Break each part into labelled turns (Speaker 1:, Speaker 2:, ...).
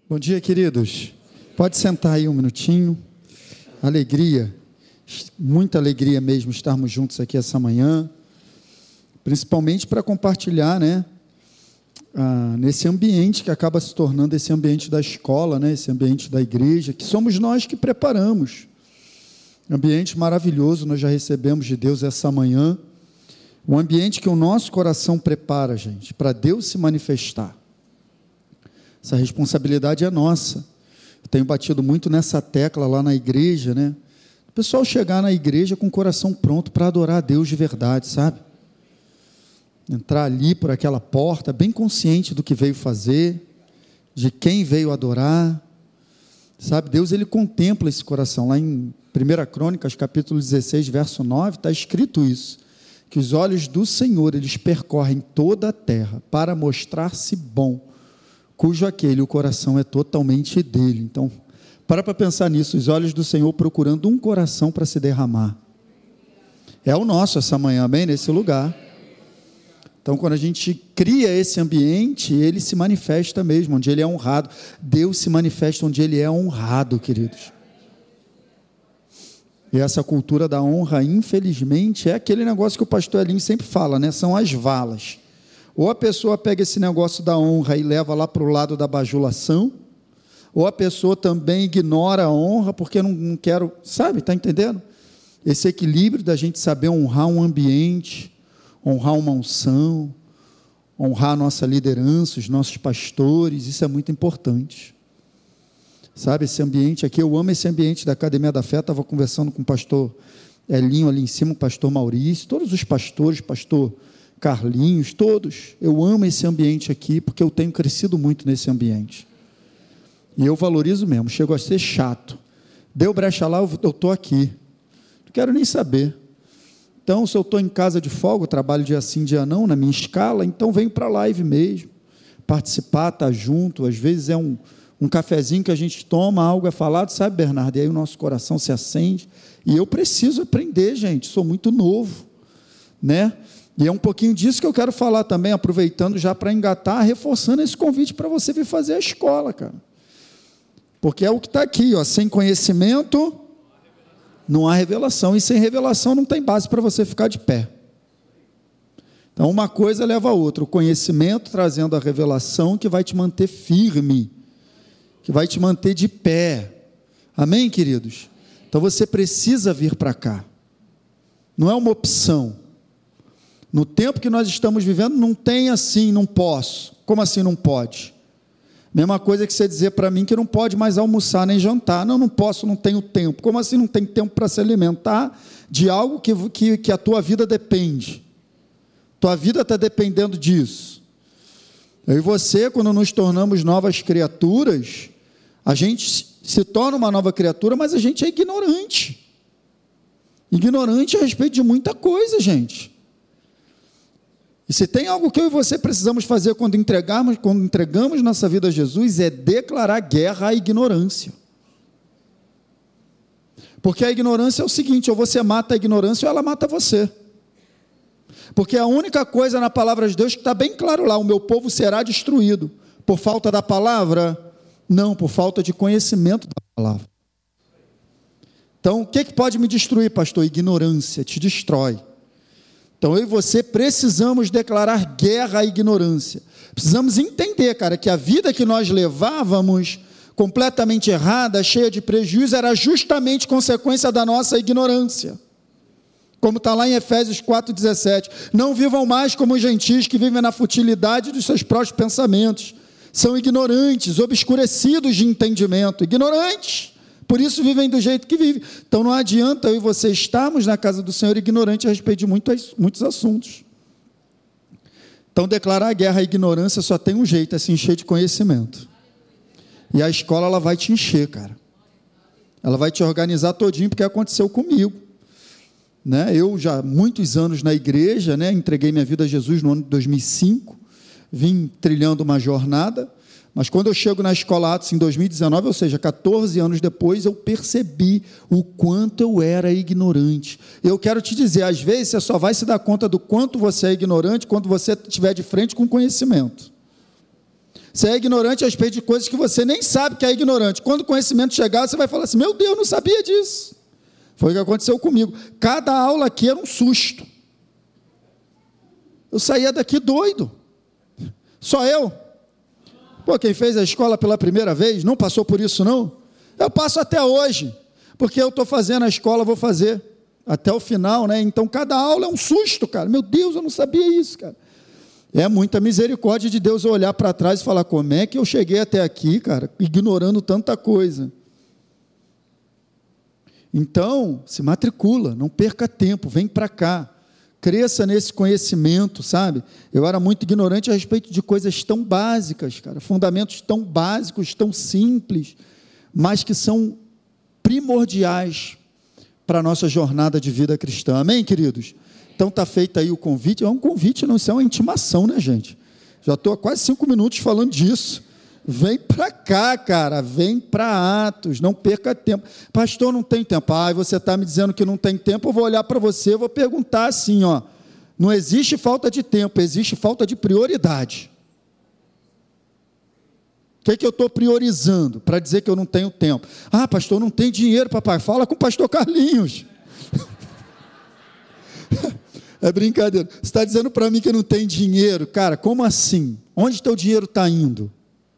Speaker 1: Bom dia, queridos. Pode sentar aí um minutinho. Alegria, muita alegria mesmo estarmos juntos aqui essa manhã, principalmente para compartilhar, nesse ambiente que acaba se tornando esse ambiente da escola, esse ambiente da igreja, que somos nós que preparamos. Ambiente maravilhoso, nós já recebemos de Deus essa manhã, um ambiente que o nosso coração prepara, gente, para Deus se manifestar. Essa responsabilidade é nossa. Eu tenho batido muito nessa tecla lá na igreja, O pessoal chegar na igreja com o coração pronto para adorar a Deus de verdade, sabe? Entrar ali por aquela porta, bem consciente do que veio fazer, de quem veio adorar, sabe? Deus, Ele contempla esse coração. Lá em 1 Crônicas, capítulo 16, verso 9, está escrito isso, que os olhos do Senhor, eles percorrem toda a terra para mostrar-se bom, cujo aquele o coração é totalmente dele. Então, para pensar nisso, os olhos do Senhor procurando um coração para se derramar. É o nosso essa manhã, amém? Nesse lugar. Então, quando a gente cria esse ambiente, ele se manifesta mesmo, onde ele é honrado. Deus se manifesta onde ele é honrado, queridos. E essa cultura da honra, infelizmente, é aquele negócio que o pastor Elinho sempre fala, São as valas. Ou a pessoa pega esse negócio da honra e leva lá para o lado da bajulação, ou a pessoa também ignora a honra, porque não quero, sabe, está entendendo? Esse equilíbrio da gente saber honrar um ambiente, honrar uma unção, honrar a nossa liderança, os nossos pastores, isso é muito importante. Sabe, esse ambiente aqui, eu amo esse ambiente da Academia da Fé, estava conversando com o pastor Elinho ali em cima, o pastor Maurício, todos os pastores, pastor Carlinhos, todos, eu amo esse ambiente aqui, porque eu tenho crescido muito nesse ambiente, e eu valorizo mesmo, chego a ser chato, deu brecha lá, eu estou aqui, não quero nem saber. Então, se eu estou em casa de folga, eu trabalho dia sim, dia não, na minha escala, então venho para a live mesmo, participar, estar junto, às vezes é um cafezinho que a gente toma, algo é falado, sabe, Bernardo, e aí o nosso coração se acende, e eu preciso aprender, gente, sou muito novo, E é um pouquinho disso que eu quero falar também, aproveitando já para engatar, reforçando esse convite para você vir fazer a escola, cara. Porque é o que está aqui, sem conhecimento não há revelação, e sem revelação não tem base para você ficar de pé. Então, uma coisa leva a outra, o conhecimento trazendo a revelação que vai te manter firme, que vai te manter de pé. Amém, queridos? Então, você precisa vir para cá. Não é uma opção. No tempo que nós estamos vivendo, não tem assim, não posso. Como assim não pode? Mesma coisa que você dizer para mim que não pode mais almoçar nem jantar. Não posso, não tenho tempo. Como assim não tem tempo para se alimentar de algo que a tua vida depende? Tua vida está dependendo disso. Eu e você, quando nos tornamos novas criaturas, a gente se torna uma nova criatura, mas a gente é ignorante. Ignorante a respeito de muita coisa, gente. E se tem algo que eu e você precisamos fazer quando entregamos nossa vida a Jesus, é declarar guerra à ignorância. Porque a ignorância é o seguinte, ou você mata a ignorância ou ela mata você. Porque a única coisa na palavra de Deus que está bem claro lá, o meu povo será destruído. Por falta da palavra? Não, por falta de conhecimento da palavra. Então, o que pode me destruir, pastor? Ignorância, te destrói. Então, eu e você precisamos declarar guerra à ignorância. Precisamos entender, cara, que a vida que nós levávamos completamente errada, cheia de prejuízo, era justamente consequência da nossa ignorância. Como está lá em Efésios 4,17. Não vivam mais como os gentios que vivem na futilidade dos seus próprios pensamentos. São ignorantes, obscurecidos de entendimento. Ignorantes. Por isso vivem do jeito que vivem. Então não adianta eu e você estarmos na casa do Senhor ignorantes a respeito de muitos assuntos. Então declarar a guerra à ignorância só tem um jeito, é se encher de conhecimento. E a escola ela vai te encher, cara. Ela vai te organizar todinho, porque aconteceu comigo. Eu já há muitos anos na igreja, entreguei minha vida a Jesus no ano de 2005, vim trilhando uma jornada. Mas quando eu chego na Escola Atos em 2019, ou seja, 14 anos depois, eu percebi o quanto eu era ignorante. Eu quero te dizer, às vezes você só vai se dar conta do quanto você é ignorante quando você estiver de frente com conhecimento. Você é ignorante a respeito de coisas que você nem sabe que é ignorante. Quando o conhecimento chegar, você vai falar assim, meu Deus, eu não sabia disso. Foi o que aconteceu comigo. Cada aula aqui era um susto. Eu saía daqui doido. Só eu. Pô, quem fez a escola pela primeira vez, não passou por isso não? Eu passo até hoje, porque eu estou fazendo a escola, vou fazer até o final, né? Então cada aula é um susto, cara. Meu Deus, eu não sabia isso, cara. É muita misericórdia de Deus olhar para trás e falar, como é que eu cheguei até aqui, cara, ignorando tanta coisa. Então, se matricula, não perca tempo, vem para cá. Cresça nesse conhecimento, sabe? Eu era muito ignorante a respeito de coisas tão básicas, cara, fundamentos tão básicos, tão simples, mas que são primordiais para a nossa jornada de vida cristã. Amém, queridos? Então está feito aí o convite. É um convite, não, isso é uma intimação, né, gente? Já estou há quase 5 minutos falando disso. Vem para cá, cara, vem para Atos, não perca tempo. Pastor, não tem tempo. Você está me dizendo que não tem tempo, eu vou olhar para você, eu vou perguntar assim, ó, não existe falta de tempo, existe falta de prioridade. O que eu estou priorizando para dizer que eu não tenho tempo? Pastor, não tem dinheiro, papai, fala com o pastor Carlinhos. É brincadeira. Você está dizendo para mim que não tem dinheiro? Cara, como assim? Onde teu dinheiro está indo?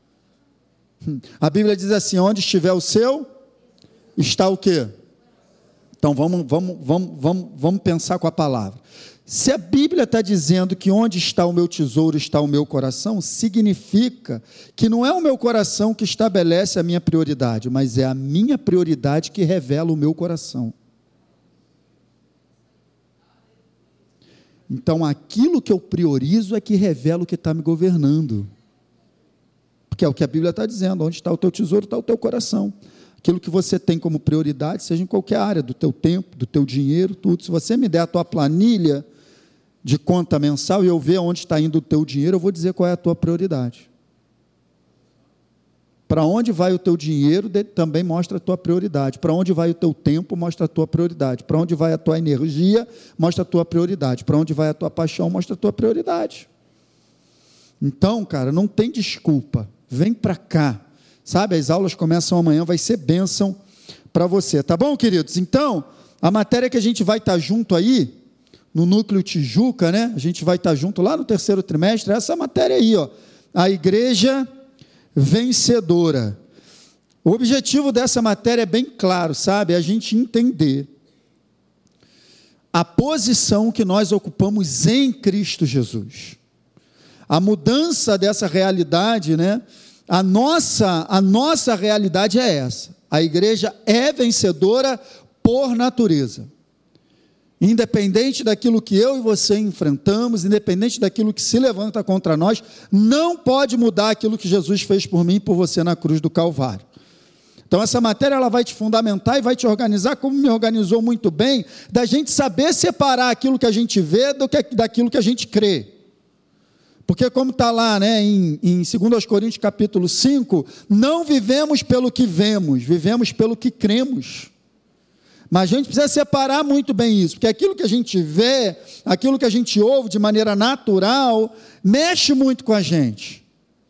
Speaker 1: A Bíblia diz assim, onde estiver o seu, está o quê? Então vamos pensar com a palavra. Se a Bíblia está dizendo que onde está o meu tesouro está o meu coração, significa que não é o meu coração que estabelece a minha prioridade, mas é a minha prioridade que revela o meu coração. Então aquilo que eu priorizo é que revela o que está me governando. Que é o que a Bíblia está dizendo, onde está o teu tesouro, está o teu coração. Aquilo que você tem como prioridade, seja em qualquer área, do teu tempo, do teu dinheiro, tudo. Se você me der a tua planilha de conta mensal e eu ver onde está indo o teu dinheiro, eu vou dizer qual é a tua prioridade. Para onde vai o teu dinheiro, também mostra a tua prioridade. Para onde vai o teu tempo, mostra a tua prioridade. Para onde vai a tua energia, mostra a tua prioridade. Para onde vai a tua paixão, mostra a tua prioridade. Então, cara, não tem desculpa. Vem para cá, sabe? As aulas começam amanhã, vai ser bênção para você, tá bom, queridos? Então, a matéria que a gente vai estar junto aí, no Núcleo Tijuca, né? A gente vai estar junto lá no 3º trimestre, essa matéria aí, ó, a igreja vencedora. O objetivo dessa matéria é bem claro, sabe? É a gente entender a posição que nós ocupamos em Cristo Jesus. A mudança dessa realidade, né? A nossa realidade é essa. A igreja é vencedora por natureza. Independente daquilo que eu e você enfrentamos, independente daquilo que se levanta contra nós, não pode mudar aquilo que Jesus fez por mim e por você na cruz do Calvário. Então essa matéria ela vai te fundamentar e vai te organizar, como me organizou muito bem, da gente saber separar aquilo que a gente vê daquilo que a gente crê. Porque como está lá, né, em 2 Coríntios capítulo 5, não vivemos pelo que vemos, vivemos pelo que cremos. Mas a gente precisa separar muito bem isso, porque aquilo que a gente vê, aquilo que a gente ouve de maneira natural, mexe muito com a gente.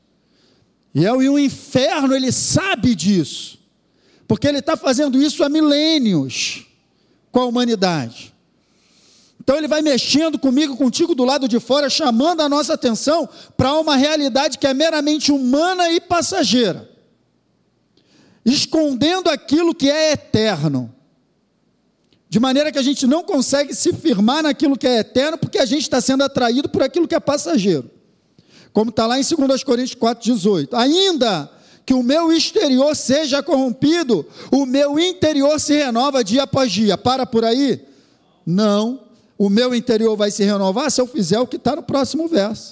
Speaker 1: E o inferno, ele sabe disso, porque ele está fazendo isso há milênios com a humanidade. Então ele vai mexendo comigo, contigo do lado de fora, chamando a nossa atenção para uma realidade que é meramente humana e passageira, escondendo aquilo que é eterno, de maneira que a gente não consegue se firmar naquilo que é eterno, porque a gente está sendo atraído por aquilo que é passageiro, como está lá em 2 Coríntios 4,18, ainda que o meu exterior seja corrompido, o meu interior se renova dia após dia. Para por aí? Não. O meu interior vai se renovar se eu fizer o que está no próximo verso.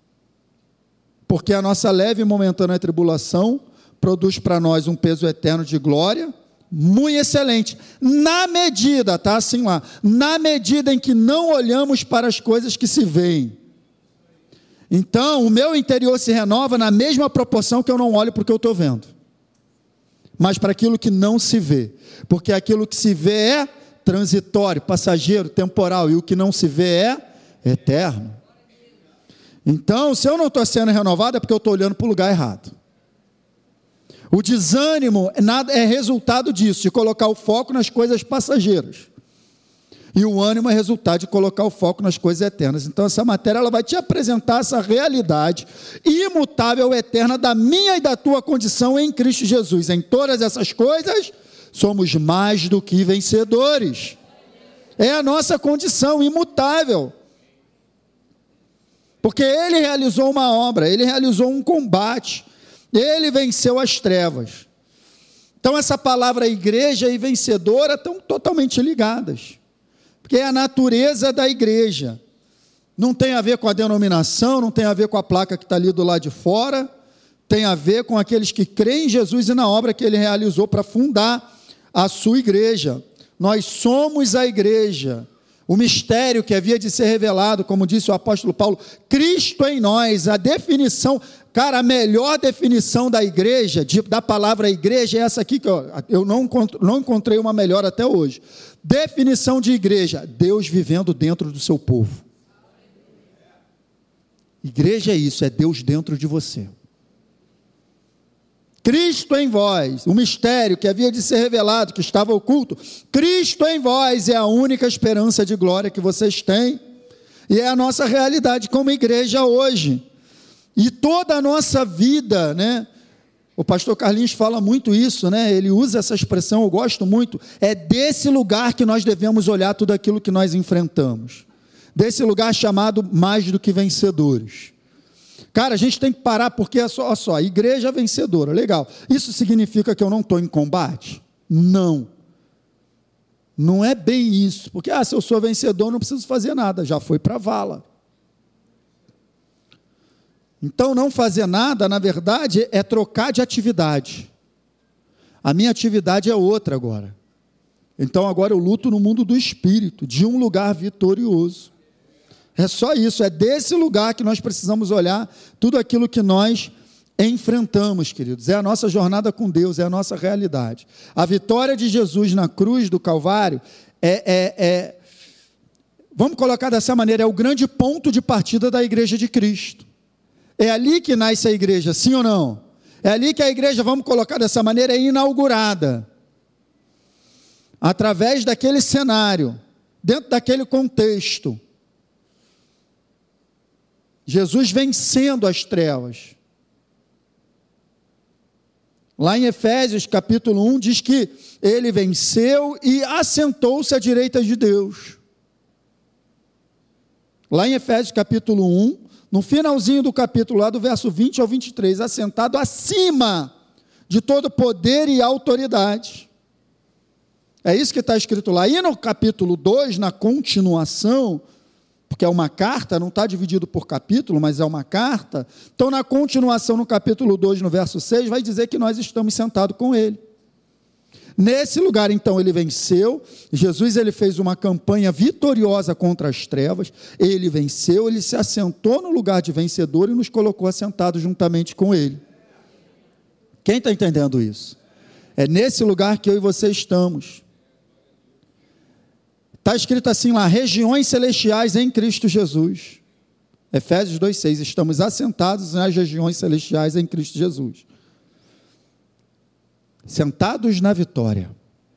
Speaker 1: Porque a nossa leve e momentânea tribulação produz para nós um peso eterno de glória, muito excelente, na medida, está assim lá, na medida em que não olhamos para as coisas que se veem. Então, o meu interior se renova na mesma proporção que eu não olho para o que eu estou vendo, mas para aquilo que não se vê, porque aquilo que se vê é transitório, passageiro, temporal, e o que não se vê é eterno. Então, se eu não estou sendo renovado, é porque eu estou olhando para o lugar errado. O desânimo é resultado disso, de colocar o foco nas coisas passageiras. E o ânimo é resultado de colocar o foco nas coisas eternas. Então, essa matéria ela vai te apresentar essa realidade imutável, eterna, da minha e da tua condição em Cristo Jesus. Em todas essas coisas, somos mais do que vencedores. É a nossa condição imutável. Porque Ele realizou uma obra, Ele realizou um combate, Ele venceu as trevas. Então, essa palavra igreja e vencedora estão totalmente ligadas. Porque é a natureza da igreja. Não tem a ver com a denominação, não tem a ver com a placa que está ali do lado de fora, tem a ver com aqueles que creem em Jesus e na obra que Ele realizou para fundar a sua igreja. Nós somos a igreja. O mistério que havia de ser revelado, como disse o apóstolo Paulo, Cristo em nós, a definição, cara, a melhor definição da igreja, da palavra igreja, é essa aqui, que eu não encontrei uma melhor até hoje. Definição de igreja, Deus vivendo dentro do seu povo. Igreja é isso, é Deus dentro de você. Cristo em vós, o mistério que havia de ser revelado, que estava oculto, Cristo em vós é a única esperança de glória que vocês têm, e é a nossa realidade como igreja hoje, e toda a nossa vida, né? O pastor Carlinhos fala muito isso, né? Ele usa essa expressão, eu gosto muito, é desse lugar que nós devemos olhar tudo aquilo que nós enfrentamos, desse lugar chamado mais do que vencedores. Cara, a gente tem que parar, porque é só, igreja vencedora, legal. Isso significa que eu não estou em combate? Não. Não é bem isso, porque se eu sou vencedor, não preciso fazer nada, já foi para a vala. Então, não fazer nada, na verdade, é trocar de atividade. A minha atividade é outra agora. Então, agora eu luto no mundo do espírito, de um lugar vitorioso. É só isso, é desse lugar que nós precisamos olhar tudo aquilo que nós enfrentamos, queridos. É a nossa jornada com Deus, é a nossa realidade. A vitória de Jesus na cruz do Calvário vamos colocar dessa maneira, é o grande ponto de partida da igreja de Cristo. É ali que nasce a igreja, sim ou não? É ali que a igreja, vamos colocar dessa maneira, é inaugurada. Através daquele cenário, dentro daquele contexto. Jesus vencendo as trevas. Lá em Efésios capítulo 1 diz que ele venceu e assentou-se à direita de Deus. Lá em Efésios capítulo 1, no finalzinho do capítulo, lá do verso 20 ao 23, assentado acima de todo poder e autoridade. É isso que está escrito lá. E no capítulo 2, na continuação, porque é uma carta, não está dividido por capítulo, mas é uma carta. Então, na continuação, no capítulo 2, no verso 6, vai dizer que nós estamos sentados com Ele. Nesse lugar, então, Ele venceu. Jesus, Ele fez uma campanha vitoriosa contra as trevas. Ele venceu, Ele se assentou no lugar de vencedor e nos colocou assentados juntamente com Ele. Quem está entendendo isso? É nesse lugar que eu e você estamos. Está escrito assim lá, regiões celestiais em Cristo Jesus. Efésios 2,6, estamos assentados nas regiões celestiais em Cristo Jesus. Sentados na vitória.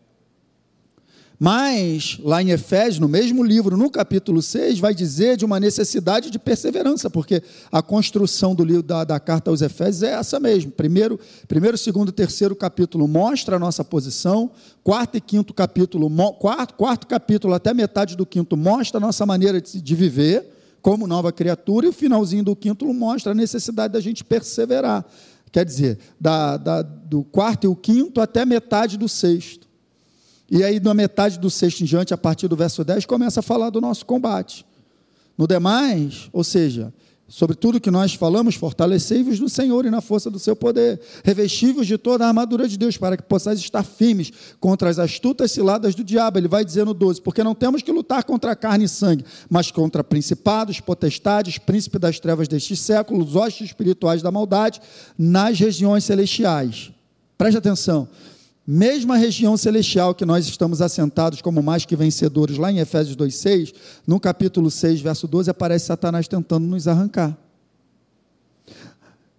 Speaker 1: Mas, lá em Efésios, no mesmo livro, no capítulo 6, vai dizer de uma necessidade de perseverança, porque a construção do livro da carta aos Efésios é essa mesmo. Primeiro, segundo e terceiro capítulo mostra a nossa posição, quarto capítulo até metade do quinto mostra a nossa maneira de viver como nova criatura, e o finalzinho do quinto mostra a necessidade da gente perseverar. Quer dizer, do quarto e o quinto até metade do sexto. E aí, na metade do sexto em diante, a partir do verso 10, começa a falar do nosso combate. No demais, ou seja, sobre tudo que nós falamos, fortalecei-vos no Senhor e na força do seu poder, revesti-vos de toda a armadura de Deus, para que possais estar firmes contra as astutas ciladas do diabo. Ele vai dizer no 12, porque não temos que lutar contra carne e sangue, mas contra principados, potestades, príncipes das trevas deste século, os hostes espirituais da maldade, nas regiões celestiais. Preste atenção. Mesma região celestial que nós estamos assentados como mais que vencedores, lá em Efésios 2,6, no capítulo 6, verso 12, aparece Satanás tentando nos arrancar.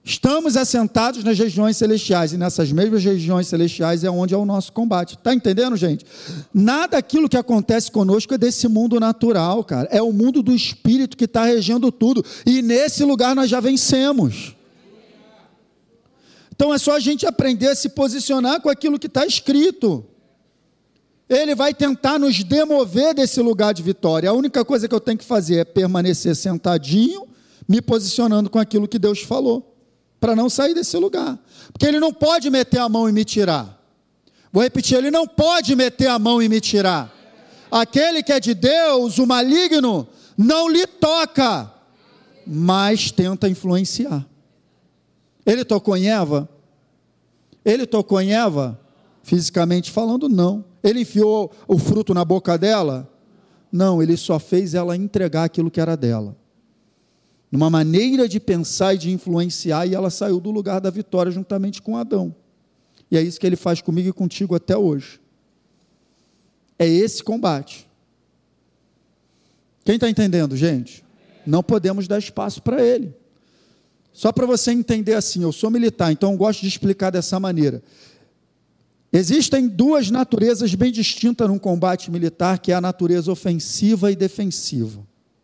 Speaker 1: Estamos assentados nas regiões celestiais, e nessas mesmas regiões celestiais é onde é o nosso combate. Está entendendo, gente? Nada daquilo que acontece conosco é desse mundo natural, cara. É o mundo do Espírito que está regendo tudo. E nesse lugar nós já vencemos. Então é só a gente aprender a se posicionar com aquilo que está escrito. Ele vai tentar nos demover desse lugar de vitória. A única coisa que eu tenho que fazer é permanecer sentadinho, me posicionando com aquilo que Deus falou, para não sair desse lugar, porque ele não pode meter a mão e me tirar. Vou repetir, ele não pode meter a mão e me tirar. Aquele que é de Deus, o maligno, não lhe toca, mas tenta influenciar. Ele tocou em Eva? Ele tocou em Eva? Fisicamente falando, não. Ele enfiou o fruto na boca dela? Não, ele só fez ela entregar aquilo que era dela. Numa maneira de pensar e de influenciar, e ela saiu do lugar da vitória juntamente com Adão. E é isso que ele faz comigo e contigo até hoje. É esse combate. Quem está entendendo, gente? Não podemos dar espaço para ele. Só para você entender assim, eu sou militar, então eu gosto de explicar dessa maneira. Existem duas naturezas bem distintas num combate militar, que é a natureza ofensiva e defensiva.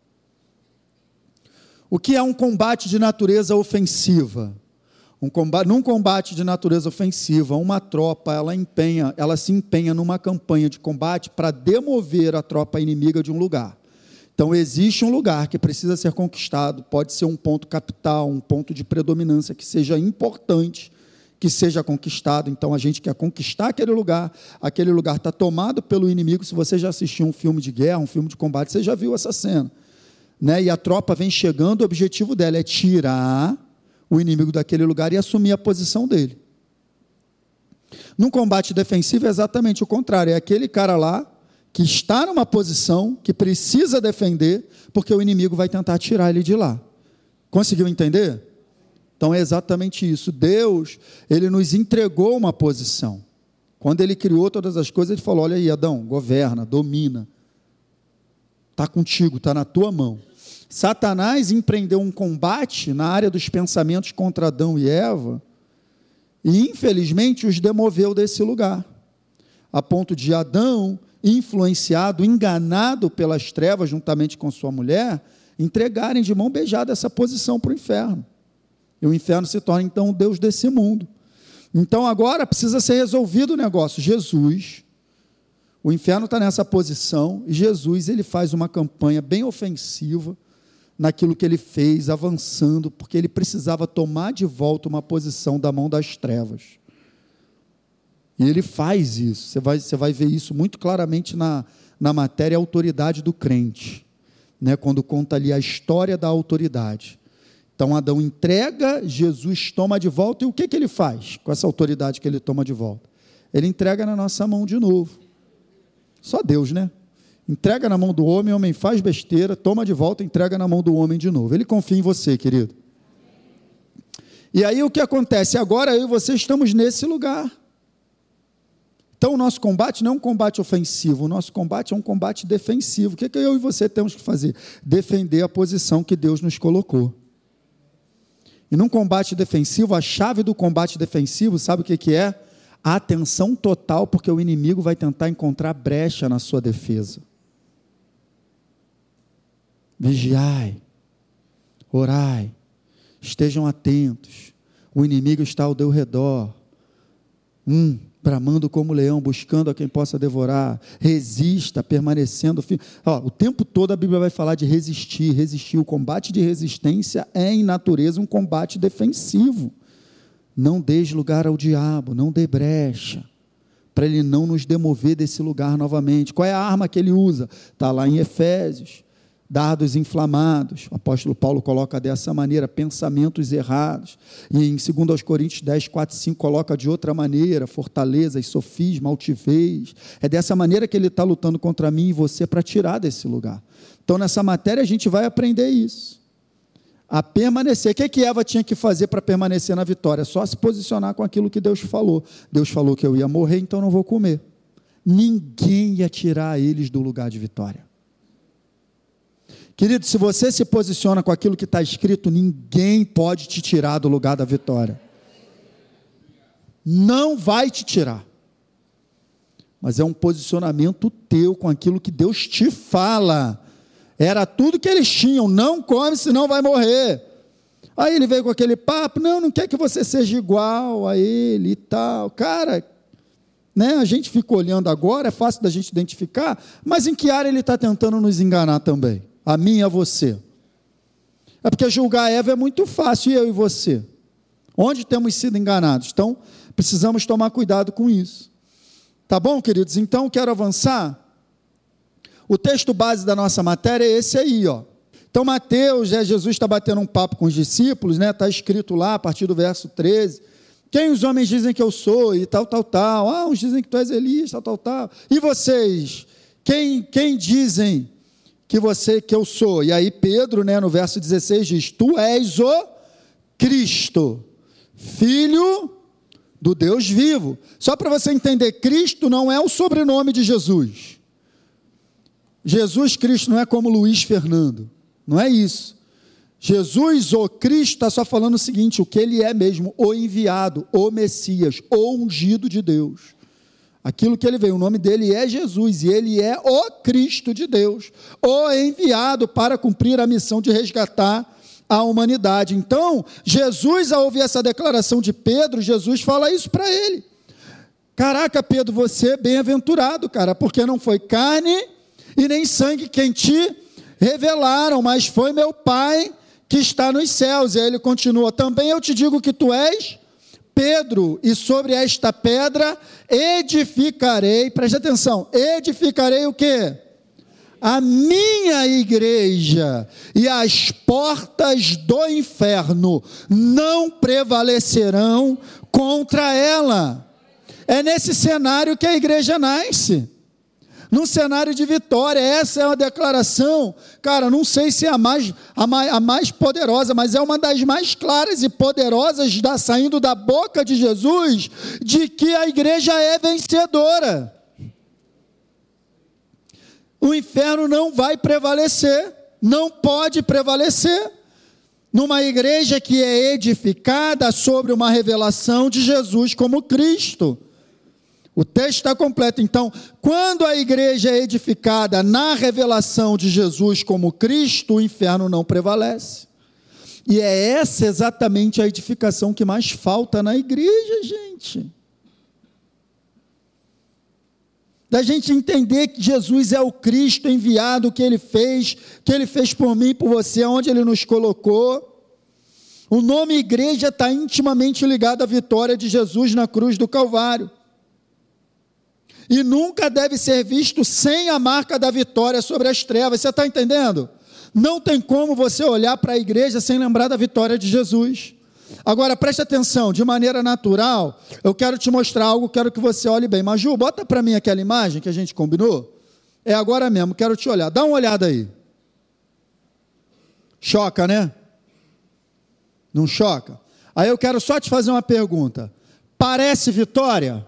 Speaker 1: O que é um combate de natureza ofensiva? Num combate de natureza ofensiva, uma tropa, ela se empenha numa campanha de combate para demover a tropa inimiga de um lugar. Então, existe um lugar que precisa ser conquistado, pode ser um ponto capital, um ponto de predominância que seja importante, que seja conquistado. Então, a gente quer conquistar aquele lugar está tomado pelo inimigo. Se você já assistiu um filme de guerra, um filme de combate, você já viu essa cena. Né? E a tropa vem chegando, o objetivo dela é tirar o inimigo daquele lugar e assumir a posição dele. Num combate defensivo é exatamente o contrário, é aquele cara lá que está numa posição que precisa defender, porque o inimigo vai tentar tirar ele de lá. Conseguiu entender? Então é exatamente isso. Deus, ele nos entregou uma posição. Quando ele criou todas as coisas, ele falou: olha aí, Adão, governa, domina. Está contigo, está na tua mão. Satanás empreendeu um combate na área dos pensamentos contra Adão e Eva, e infelizmente os demoveu desse lugar, a ponto de Adão, influenciado, enganado pelas trevas juntamente com sua mulher, entregarem de mão beijada essa posição para o inferno. E o inferno se torna então o Deus desse mundo. Então agora precisa ser resolvido o negócio. Jesus, o inferno está nessa posição, e Jesus, ele faz uma campanha bem ofensiva naquilo que ele fez, avançando, porque ele precisava tomar de volta uma posição da mão das trevas. E ele faz isso. Você vai ver isso muito claramente na matéria Autoridade do Crente, né? Quando conta ali a história da autoridade. Então Adão entrega, Jesus toma de volta, e o que ele faz com essa autoridade que ele toma de volta? Ele entrega na nossa mão de novo. Só Deus, né? Entrega na mão do homem, o homem faz besteira, toma de volta, entrega na mão do homem de novo. Ele confia em você, querido. E aí o que acontece? Agora eu e você estamos nesse lugar. Então o nosso combate não é um combate ofensivo, o nosso combate é um combate defensivo. O que eu e você temos que fazer? Defender a posição que Deus nos colocou. E num combate defensivo, a chave do combate defensivo, sabe o que é? A atenção total, porque o inimigo vai tentar encontrar brecha na sua defesa. Vigiai, orai, estejam atentos, o inimigo está ao teu redor, bramando como leão, buscando a quem possa devorar. Resista, permanecendo firme. O tempo todo a Bíblia vai falar de resistir. O combate de resistência é, em natureza, um combate defensivo. Não dês lugar ao diabo, não dê brecha, para ele não nos demover desse lugar novamente. Qual é a arma que ele usa? Está lá em Efésios: dardos inflamados. O apóstolo Paulo coloca dessa maneira: pensamentos errados. E em 2 Coríntios 10, 4 e 5 coloca de outra maneira: fortalezas, sofisma, altivez. É dessa maneira que ele está lutando contra mim e você, para tirar desse lugar. Então nessa matéria a gente vai aprender isso, a permanecer. O que Eva tinha que fazer para permanecer na vitória? Só se posicionar com aquilo que Deus falou. Deus falou que eu ia morrer, então não vou comer. Ninguém ia tirar eles do lugar de vitória. Querido, se você se posiciona com aquilo que está escrito, ninguém pode te tirar do lugar da vitória. Não vai te tirar. Mas é um posicionamento teu com aquilo que Deus te fala. Era tudo que eles tinham, não come senão vai morrer. Aí ele veio com aquele papo, não quer que você seja igual a ele e tal. Cara, né, a gente fica olhando agora, é fácil da gente identificar, mas em que área ele está tentando nos enganar também? A mim e a você. É porque julgar Eva é muito fácil, e eu e você? Onde temos sido enganados? Então, precisamos tomar cuidado com isso. Tá bom, queridos? Então, quero avançar. O texto base da nossa matéria é esse aí, ó. Então, Mateus, Jesus está batendo um papo com os discípulos, né? Está escrito lá, a partir do verso 13. Quem os homens dizem que eu sou? E tal. Ah, uns dizem que tu és Elias, tal. E vocês? Quem dizem que eu sou? E aí Pedro, né, no verso 16 diz, tu és o Cristo, Filho do Deus vivo. Só para você entender, Cristo não é o sobrenome de Jesus. Jesus Cristo não é como Luiz Fernando, não é isso. Jesus, o Cristo, está só falando o seguinte, o que ele é mesmo, o enviado, o Messias, o ungido de Deus. Aquilo que ele veio, o nome dele é Jesus, e ele é o Cristo de Deus, o enviado para cumprir a missão de resgatar a humanidade. Então, Jesus, ao ouvir essa declaração de Pedro, Jesus fala isso para ele. Caraca, Pedro, você é bem-aventurado, cara, porque não foi carne e nem sangue quem te revelaram, mas foi meu Pai que está nos céus. E aí ele continua, também eu te digo que tu és Pedro, e sobre esta pedra edificarei, preste atenção, edificarei o quê? A minha igreja, e as portas do inferno não prevalecerão contra ela. É nesse cenário que a igreja nasce, num cenário de vitória. Essa é uma declaração, cara, não sei se é a mais poderosa, mas é uma das mais claras e poderosas saindo da boca de Jesus, de que a igreja é vencedora. O inferno não vai prevalecer, não pode prevalecer, numa igreja que é edificada sobre uma revelação de Jesus como Cristo. O texto está completo. Então, quando a igreja é edificada na revelação de Jesus como Cristo, o inferno não prevalece. E é essa exatamente a edificação que mais falta na igreja, gente. Da gente entender que Jesus é o Cristo enviado, que Ele fez por mim, por você, onde Ele nos colocou. O nome igreja está intimamente ligado à vitória de Jesus na cruz do Calvário. E nunca deve ser visto sem a marca da vitória sobre as trevas. Você está entendendo? Não tem como você olhar para a igreja sem lembrar da vitória de Jesus. Agora, preste atenção, de maneira natural, eu quero te mostrar algo, quero que você olhe bem. Maju, bota para mim aquela imagem que a gente combinou. É agora mesmo, quero te olhar. Dá uma olhada aí. Choca, né? Não choca? Aí eu quero só te fazer uma pergunta. Parece vitória?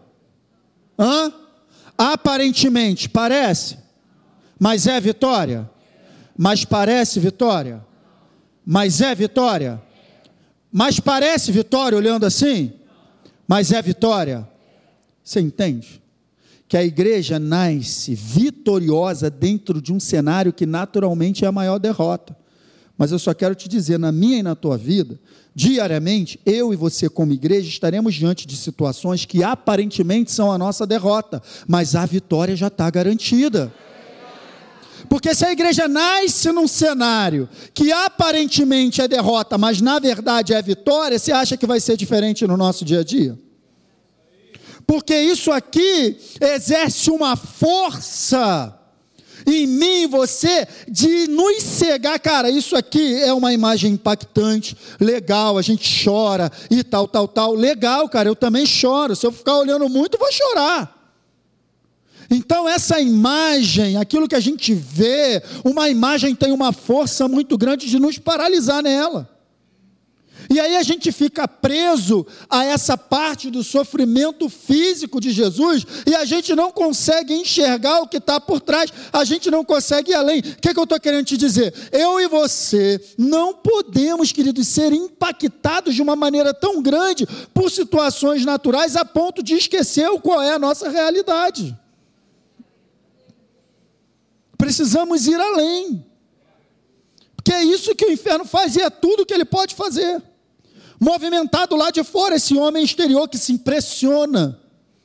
Speaker 1: Aparentemente parece, mas é vitória? Mas parece vitória? Mas é vitória? Mas parece vitória olhando assim? Mas é vitória? Você entende? Que a igreja nasce vitoriosa dentro de um cenário que naturalmente é a maior derrota. Mas eu só quero te dizer, na minha e na tua vida, diariamente, eu e você como igreja estaremos diante de situações que aparentemente são a nossa derrota, mas a vitória já está garantida. Porque se a igreja nasce num cenário que aparentemente é derrota, mas na verdade é vitória, você acha que vai ser diferente no nosso dia a dia? Porque isso aqui exerce uma força em mim e você, de nos cegar. Cara, isso aqui é uma imagem impactante, legal, a gente chora e tal, legal, cara, eu também choro, se eu ficar olhando muito, eu vou chorar. Então essa imagem, aquilo que a gente vê, uma imagem tem uma força muito grande de nos paralisar nela. E aí a gente fica preso a essa parte do sofrimento físico de Jesus e a gente não consegue enxergar o que está por trás, a gente não consegue ir além. O que eu estou querendo te dizer? Eu e você não podemos, queridos, ser impactados de uma maneira tão grande por situações naturais a ponto de esquecer qual é a nossa realidade. Precisamos ir além. Porque é isso que o inferno faz e é tudo que ele pode fazer. Movimentado lá de fora, esse homem exterior que se impressiona.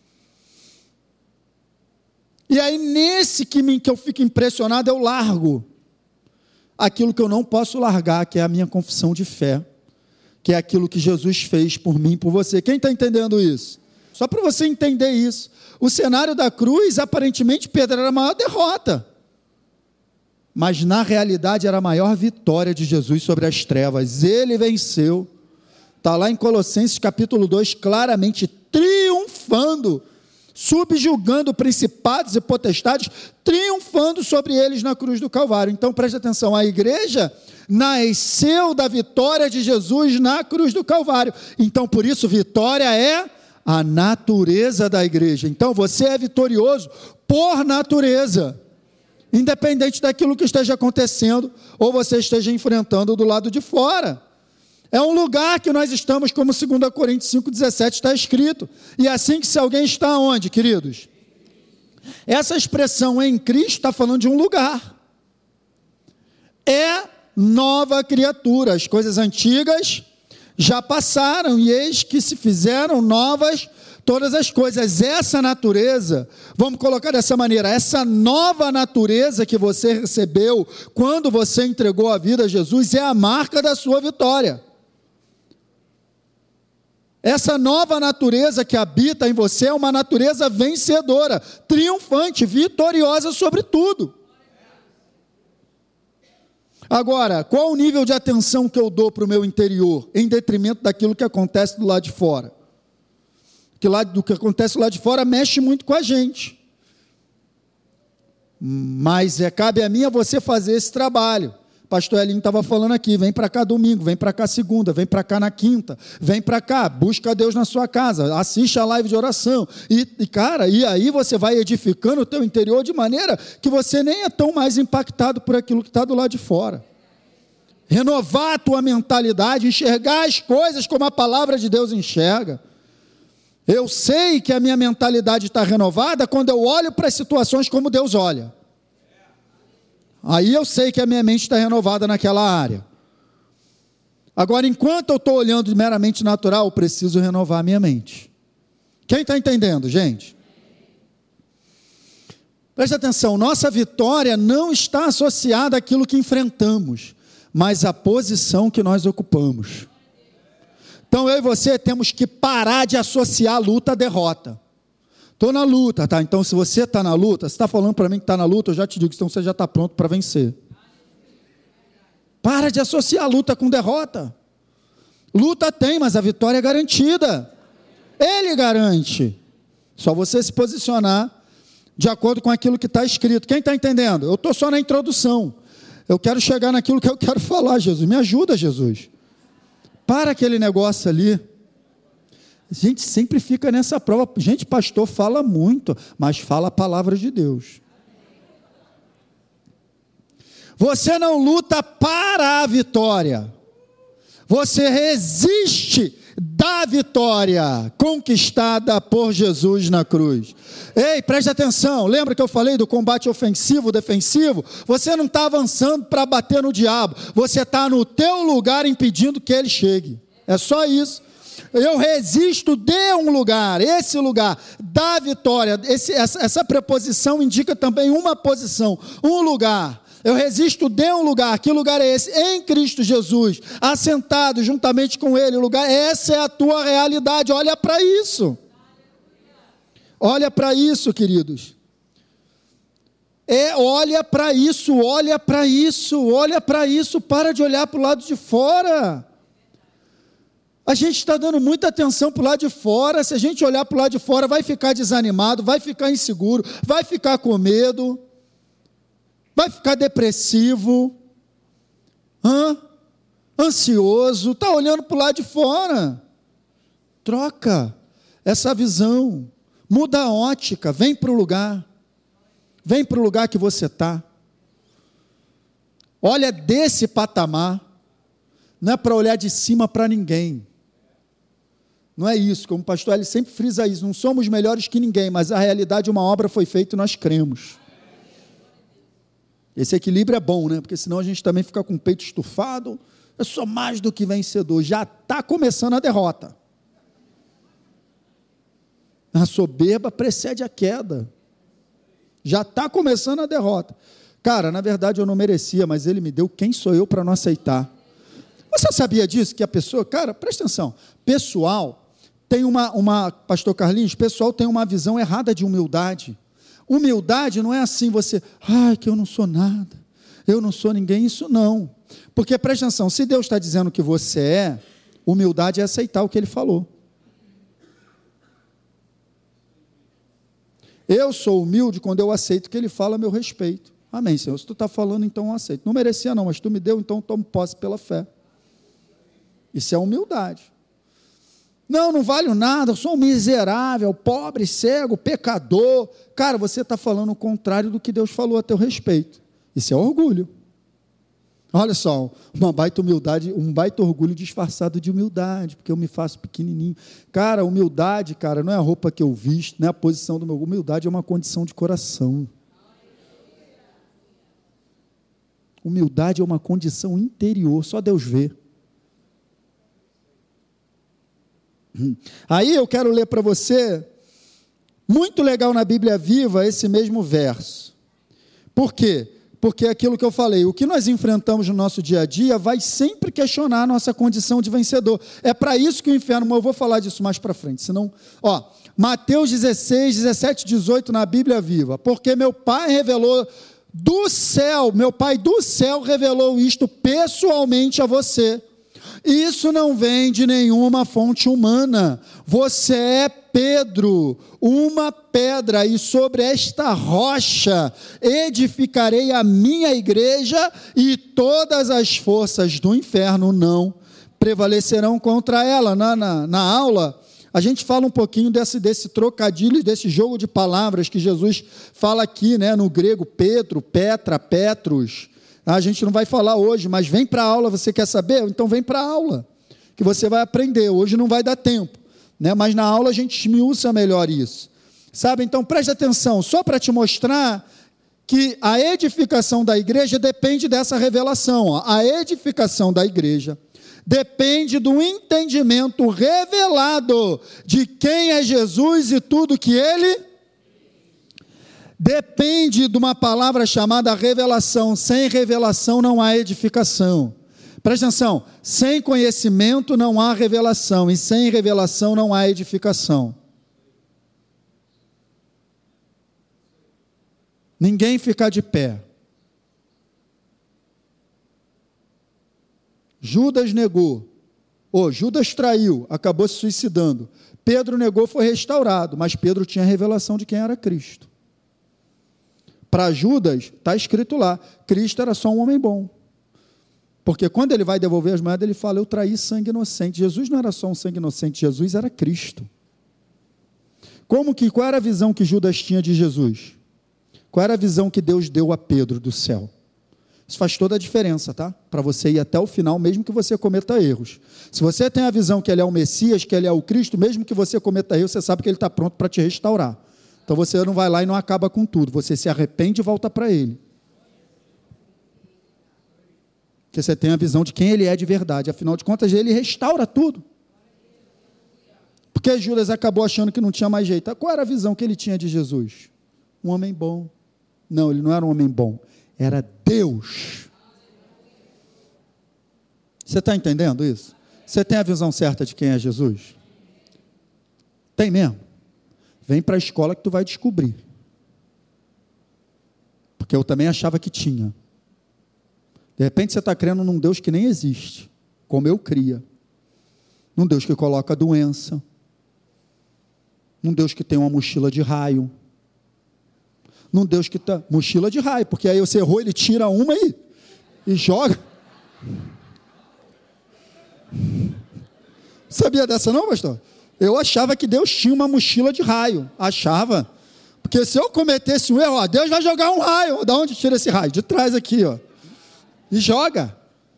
Speaker 1: E aí nesse que eu fico impressionado, eu largo aquilo que eu não posso largar, que é a minha confissão de fé, que é aquilo que Jesus fez por mim e por você. Quem está entendendo isso? Só para você entender isso. O cenário da cruz, aparentemente, Pedro era a maior derrota. Mas na realidade era a maior vitória de Jesus sobre as trevas. Ele venceu. Está lá em Colossenses capítulo 2, claramente triunfando, subjugando principados e potestades, triunfando sobre eles na cruz do Calvário. Então preste atenção, a igreja nasceu da vitória de Jesus na cruz do Calvário. Então por isso vitória é a natureza da igreja. Então você é vitorioso por natureza, independente daquilo que esteja acontecendo ou você esteja enfrentando do lado de fora. É um lugar que nós estamos, como 2 Coríntios 5,17 está escrito. E é assim que se alguém está onde, queridos? Essa expressão em Cristo está falando de um lugar. É nova criatura. As coisas antigas já passaram e eis que se fizeram novas todas as coisas. Essa natureza, vamos colocar dessa maneira, essa nova natureza que você recebeu quando você entregou a vida a Jesus é a marca da sua vitória. Essa nova natureza que habita em você é uma natureza vencedora, triunfante, vitoriosa sobre tudo. Agora, qual o nível de atenção que eu dou para o meu interior, em detrimento daquilo que acontece do lado de fora? Do que acontece lá de fora mexe muito com a gente. Mas cabe a mim a você fazer esse trabalho. Pastor Elinho estava falando aqui, vem para cá domingo, vem para cá segunda, vem para cá na quinta, vem para cá, busca Deus na sua casa, assiste a live de oração, e aí você vai edificando o teu interior de maneira que você nem é tão mais impactado por aquilo que está do lado de fora. Renovar a tua mentalidade, enxergar as coisas como a palavra de Deus enxerga. Eu sei que a minha mentalidade está renovada quando eu olho para as situações como Deus olha. Aí eu sei que a minha mente está renovada naquela área. Agora, enquanto eu estou olhando de meramente natural, eu preciso renovar a minha mente. Quem está entendendo, gente? Preste atenção, nossa vitória não está associada àquilo que enfrentamos, mas à posição que nós ocupamos. Então eu e você temos que parar de associar a luta à derrota. Estou na luta, tá? Então se você está na luta, você está falando para mim que está na luta, eu já te digo, então você já está pronto para vencer. Para de associar a luta com derrota. Luta tem, mas a vitória é garantida. Ele garante. Só você se posicionar de acordo com aquilo que está escrito. Quem está entendendo? Eu estou só na introdução. Eu quero chegar naquilo que eu quero falar, Jesus. Me ajuda, Jesus. Para aquele negócio ali. A gente sempre fica nessa prova. Gente, pastor fala muito, mas fala a palavra de Deus. Você não luta para a vitória. Você resiste da vitória conquistada por Jesus na cruz. Ei, preste atenção, lembra que eu falei do combate ofensivo, defensivo? Você não está avançando para bater no diabo, você está no teu lugar impedindo que ele chegue. É só isso. Eu resisto de um lugar, esse lugar da vitória, essa preposição indica também uma posição, um lugar. Eu resisto de um lugar, que lugar é esse? Em Cristo Jesus, assentado juntamente com Ele, o lugar, essa é a tua realidade, olha para isso. Olha para isso, queridos. Olha para isso, olha para isso, olha para isso, para de olhar para o lado de fora. A gente está dando muita atenção para o lado de fora. Se a gente olhar para o lado de fora, vai ficar desanimado, vai ficar inseguro, vai ficar com medo, vai ficar depressivo. ansioso, está olhando para o lado de fora. Troca essa visão, muda a ótica, vem para o lugar que você está. Olha desse patamar, não é para olhar de cima para ninguém. Não é isso, como o pastor ele sempre frisa isso, não somos melhores que ninguém, mas a realidade, uma obra foi feita e nós cremos. Esse equilíbrio é bom, né? Porque senão a gente também fica com o peito estufado, eu sou mais do que vencedor, já está começando a derrota. A soberba precede a queda, já está começando a derrota. Cara, na verdade eu não merecia, mas ele me deu, quem sou eu para não aceitar? Você sabia disso? Que a pessoa, cara, presta atenção, pessoal tem pastor Carlinhos, pessoal tem uma visão errada de humildade. Humildade não é assim, que eu não sou nada, eu não sou ninguém, isso não. Porque presta atenção, se Deus está dizendo que você é, humildade é aceitar o que Ele falou. Eu sou humilde quando eu aceito o que Ele fala a meu respeito. Amém, Senhor, se Tu está falando, então eu aceito. Não merecia não, mas Tu me deu, então eu tomo posse pela fé. Isso é humildade. Não valho nada, eu sou um miserável, pobre, cego, pecador. Cara, você está falando o contrário do que Deus falou a teu respeito. Isso é orgulho. Olha só, uma baita humildade, um baita orgulho disfarçado de humildade, porque eu me faço pequenininho. Cara, humildade, cara, não é a roupa que eu visto, não é a posição do meu... Humildade é uma condição de coração. Humildade é uma condição interior, só Deus vê. Aí eu quero ler para você, muito legal na Bíblia Viva, esse mesmo verso. Por quê? Porque é aquilo que eu falei, o que nós enfrentamos no nosso dia a dia vai sempre questionar a nossa condição de vencedor. É para isso que o inferno, mas eu vou falar disso mais para frente, senão, Mateus 16, 17, 18 na Bíblia Viva, porque meu Pai do céu revelou isto pessoalmente a você. Isso não vem de nenhuma fonte humana. Você é Pedro, uma pedra, e sobre esta rocha edificarei a minha igreja, e todas as forças do inferno não prevalecerão contra ela. Na aula, a gente fala um pouquinho desse trocadilho, desse jogo de palavras que Jesus fala aqui, né, no grego, Pedro, Petra, Petrus. A gente não vai falar hoje, mas vem para a aula, você quer saber? Então vem para a aula, que você vai aprender. Hoje não vai dar tempo, né? Mas na aula a gente esmiuça melhor isso. Sabe? Então preste atenção, só para te mostrar que a edificação da igreja depende dessa revelação. A edificação da igreja depende do entendimento revelado de quem é Jesus e tudo que Ele... Depende de uma palavra chamada revelação. Sem revelação não há edificação. Presta atenção, sem conhecimento não há revelação, e sem revelação não há edificação. Ninguém fica de pé. Judas negou, Judas traiu, acabou se suicidando. Pedro negou, foi restaurado, mas Pedro tinha revelação de quem era Cristo. Para Judas, está escrito lá, Cristo era só um homem bom. Porque quando ele vai devolver as moedas, ele fala, eu traí sangue inocente. Jesus não era só um sangue inocente, Jesus era Cristo. Qual era a visão que Judas tinha de Jesus? Qual era a visão que Deus deu a Pedro do céu? Isso faz toda a diferença, tá? Para você ir até o final, mesmo que você cometa erros. Se você tem a visão que ele é o Messias, que ele é o Cristo, mesmo que você cometa erros, você sabe que ele está pronto para te restaurar. Então você não vai lá e não acaba com tudo, você se arrepende e volta para Ele. Porque você tem a visão de quem Ele é de verdade, afinal de contas Ele restaura tudo. Porque Judas acabou achando que não tinha mais jeito. Qual era a visão que ele tinha de Jesus? Um homem bom. Não, ele não era um homem bom, era Deus. Você está entendendo isso? Você tem a visão certa de quem é Jesus? Tem mesmo? Vem para a escola que tu vai descobrir. Porque eu também achava que tinha. De repente você está crendo num Deus que nem existe, como eu cria. Num Deus que coloca doença. Num Deus que tem uma mochila de raio. Num Deus que está... Mochila de raio, porque aí você errou, ele tira uma e joga. Sabia dessa não, pastor? Eu achava que Deus tinha uma mochila de raio. Achava. Porque se eu cometesse um erro, ó, Deus vai jogar um raio. Da onde tira esse raio? De trás aqui, ó. E joga.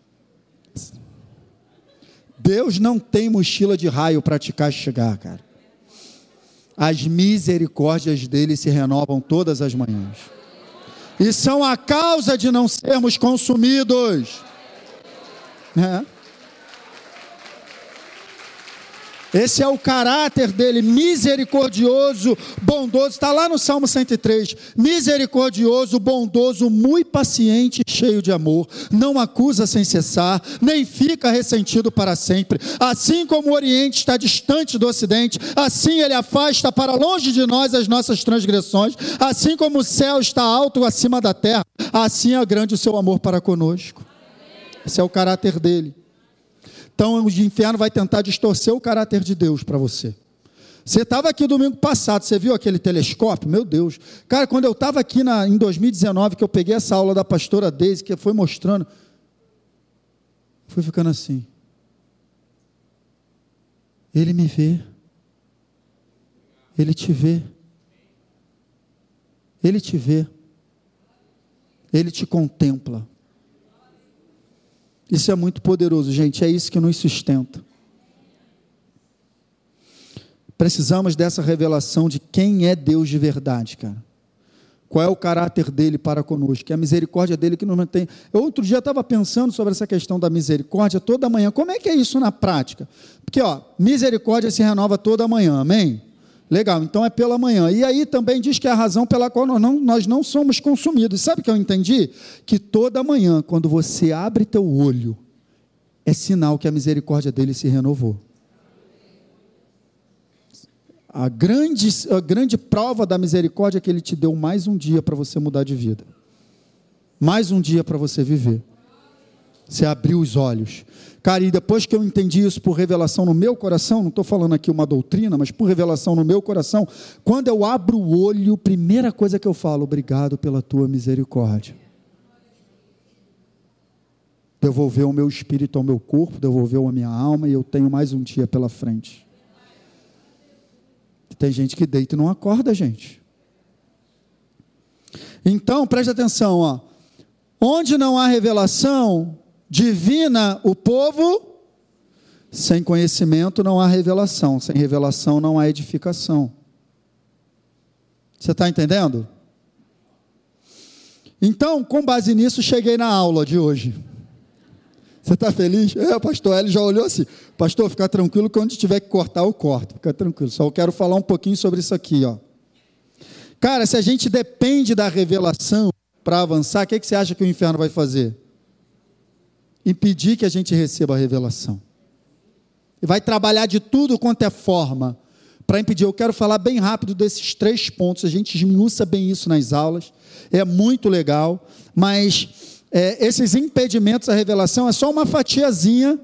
Speaker 1: Deus não tem mochila de raio para te castigar, cara. As misericórdias dele se renovam todas as manhãs. E são a causa de não sermos consumidos. Esse é o caráter dele, misericordioso, bondoso. Está lá no Salmo 103. Misericordioso, bondoso, muito paciente, cheio de amor. Não acusa sem cessar, nem fica ressentido para sempre. Assim como o Oriente está distante do Ocidente, assim ele afasta para longe de nós as nossas transgressões. Assim como o céu está alto acima da terra, assim é grande o seu amor para conosco. Esse é o caráter dele. Então o inferno vai tentar distorcer o caráter de Deus para você. Você estava aqui domingo passado, você viu aquele telescópio? Meu Deus. Cara, quando eu estava aqui em 2019, que eu peguei essa aula da pastora Deise, que foi mostrando, fui ficando assim. Ele me vê. Ele te vê. Ele te vê. Ele te contempla. Isso é muito poderoso, gente, é isso que nos sustenta. Precisamos dessa revelação de quem é Deus de verdade, cara. Qual é o caráter dele para conosco, que é a misericórdia dele que nos mantém. Eu outro dia estava pensando sobre essa questão da misericórdia toda manhã. Como é que é isso na prática? Porque, misericórdia se renova toda manhã, amém? Legal, então é pela manhã. E aí também diz que é a razão pela qual nós não somos consumidos. Sabe o que eu entendi? Que toda manhã, quando você abre teu olho, é sinal que a misericórdia dele se renovou. A grande prova da misericórdia é que ele te deu mais um dia para você mudar de vida. Mais um dia para você viver. Você abriu os olhos. Cara, e depois que eu entendi isso por revelação no meu coração, não estou falando aqui uma doutrina, mas por revelação no meu coração, quando eu abro o olho, primeira coisa que eu falo, obrigado pela tua misericórdia. Devolveu o meu espírito ao meu corpo, devolveu a minha alma, e eu tenho mais um dia pela frente. Tem gente que deita e não acorda, gente. Então, preste atenção, onde não há revelação divina, o povo, sem conhecimento não há revelação, sem revelação não há edificação. Você está entendendo? Então, com base nisso, cheguei na aula de hoje. Você está feliz? O pastor Hélio já olhou assim, pastor, fica tranquilo que onde tiver que cortar, eu corto, fica tranquilo, só eu quero falar um pouquinho sobre isso aqui, Cara, se a gente depende da revelação para avançar, o que você acha que o inferno vai fazer? Impedir que a gente receba a revelação. E vai trabalhar de tudo quanto é forma para impedir. Eu quero falar bem rápido desses 3 pontos, a gente esmiuça bem isso nas aulas, é muito legal, mas esses impedimentos à revelação é só uma fatiazinha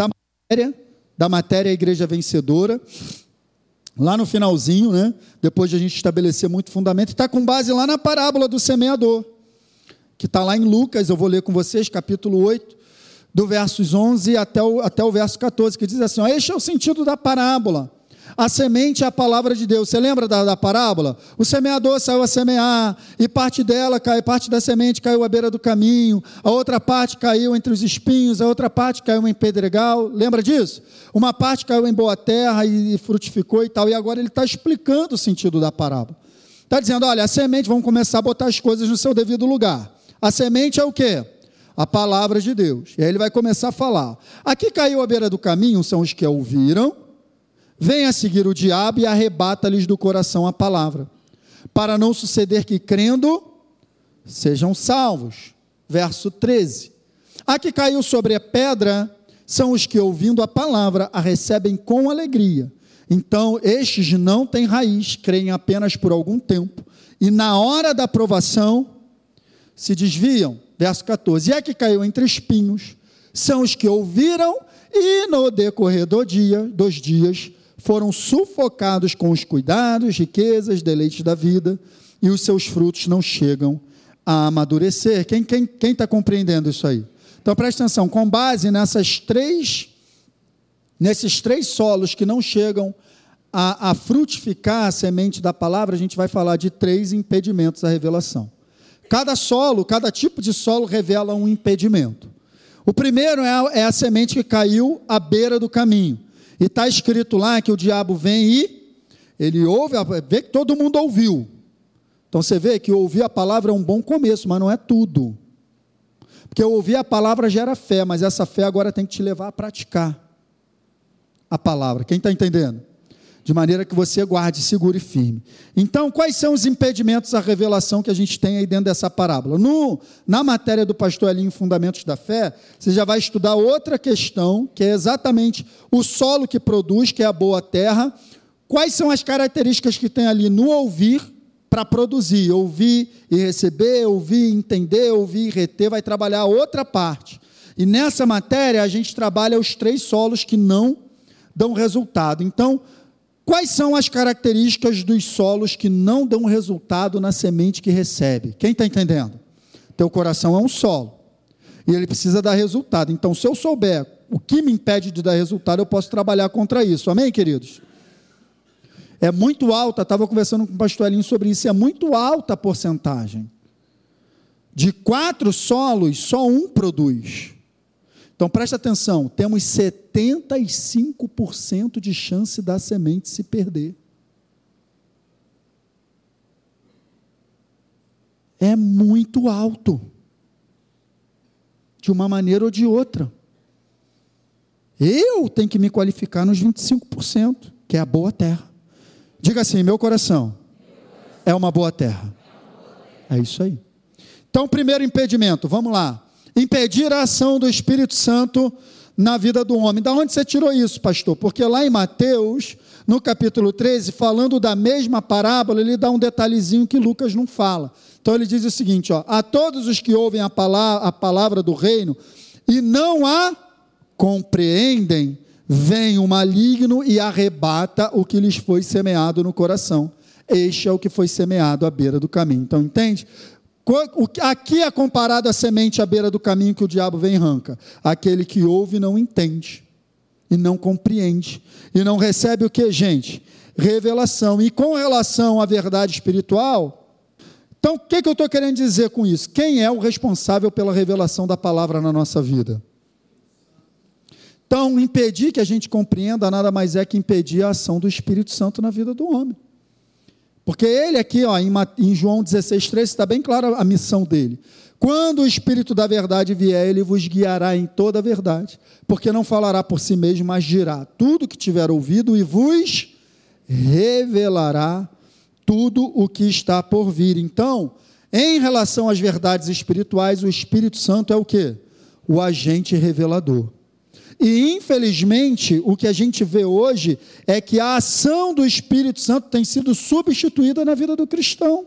Speaker 1: da matéria Igreja Vencedora, lá no finalzinho, depois de a gente estabelecer muito fundamento, está com base lá na parábola do semeador, que está lá em Lucas, eu vou ler com vocês, capítulo 8, do versos 11 até o verso 14, que diz assim, este é o sentido da parábola, a semente é a palavra de Deus. Você lembra da parábola? O semeador saiu a semear, e parte da semente caiu à beira do caminho, a outra parte caiu entre os espinhos, a outra parte caiu em pedregal, lembra disso? Uma parte caiu em boa terra e frutificou e tal, e agora ele está explicando o sentido da parábola. Está dizendo, olha, a semente, vamos começar a botar as coisas no seu devido lugar. A semente é o quê? A palavra de Deus. E aí ele vai começar a falar. Aqui caiu à beira do caminho, são os que a ouviram, vem a seguir o diabo e arrebata-lhes do coração a palavra, para não suceder que, crendo, sejam salvos. Verso 13. A que caiu sobre a pedra são os que, ouvindo a palavra, a recebem com alegria. Então, estes não têm raiz, creem apenas por algum tempo, e na hora da provação se desviam. Verso 14. E a que caiu entre espinhos são os que ouviram e, no decorrer dos dias, foram sufocados com os cuidados, riquezas, deleites da vida, e os seus frutos não chegam a amadurecer. Quem está compreendendo isso aí? Então, presta atenção, com base nessas 3 nesses 3 solos que não chegam a frutificar a semente da palavra, a gente vai falar de 3 impedimentos à revelação. Cada solo, cada tipo de solo revela um impedimento. O primeiro é a semente que caiu à beira do caminho. E está escrito lá que o diabo vem e ele ouve, vê que todo mundo ouviu. Então você vê que ouvir a palavra é um bom começo, mas não é tudo. Porque ouvir a palavra gera fé, mas essa fé agora tem que te levar a praticar a palavra. Quem está entendendo? De maneira que você guarde seguro e firme. Então, quais são os impedimentos à revelação que a gente tem aí dentro dessa parábola? Na matéria do pastor Elinho, Fundamentos da Fé, você já vai estudar outra questão, que é exatamente o solo que produz, que é a boa terra. Quais são as características que tem ali no ouvir para produzir? Ouvir e receber, ouvir e entender, ouvir e reter, vai trabalhar a outra parte. E nessa matéria, a gente trabalha os 3 solos que não dão resultado. Então, quais são as características dos solos que não dão resultado na semente que recebe? Quem está entendendo? Teu coração é um solo, e ele precisa dar resultado. Então, se eu souber o que me impede de dar resultado, eu posso trabalhar contra isso. Amém, queridos? É muito alta, estava conversando com o pastor Elinho sobre isso, é muito alta a porcentagem. De 4 solos, só 1 produz. Então, presta atenção, temos 75% de chance da semente se perder. É muito alto, de uma maneira ou de outra. Eu tenho que me qualificar nos 25%, que é a boa terra. Diga assim, meu coração é uma boa terra. É isso aí. Então, primeiro impedimento, vamos lá. Impedir a ação do Espírito Santo na vida do homem. Da onde você tirou isso, pastor? Porque lá em Mateus, no capítulo 13, falando da mesma parábola, ele dá um detalhezinho que Lucas não fala. Então ele diz o seguinte, a todos os que ouvem a palavra do reino e não a compreendem, vem o maligno e arrebata o que lhes foi semeado no coração. Este é o que foi semeado à beira do caminho. Então, entende? Aqui é comparado à semente à beira do caminho que o diabo vem e arranca. Aquele que ouve e não entende, e não compreende, e não recebe o que, gente? Revelação. E com relação à verdade espiritual, então o que eu estou querendo dizer com isso? Quem é o responsável pela revelação da palavra na nossa vida? Então, impedir que a gente compreenda nada mais é que impedir a ação do Espírito Santo na vida do homem. Porque ele aqui, em João 16,13, está bem clara a missão dele. Quando o Espírito da verdade vier, ele vos guiará em toda a verdade, porque não falará por si mesmo, mas dirá tudo que tiver ouvido e vos revelará tudo o que está por vir. Então, em relação às verdades espirituais, o Espírito Santo é o quê? O agente revelador. E, infelizmente, o que a gente vê hoje é que a ação do Espírito Santo tem sido substituída na vida do cristão.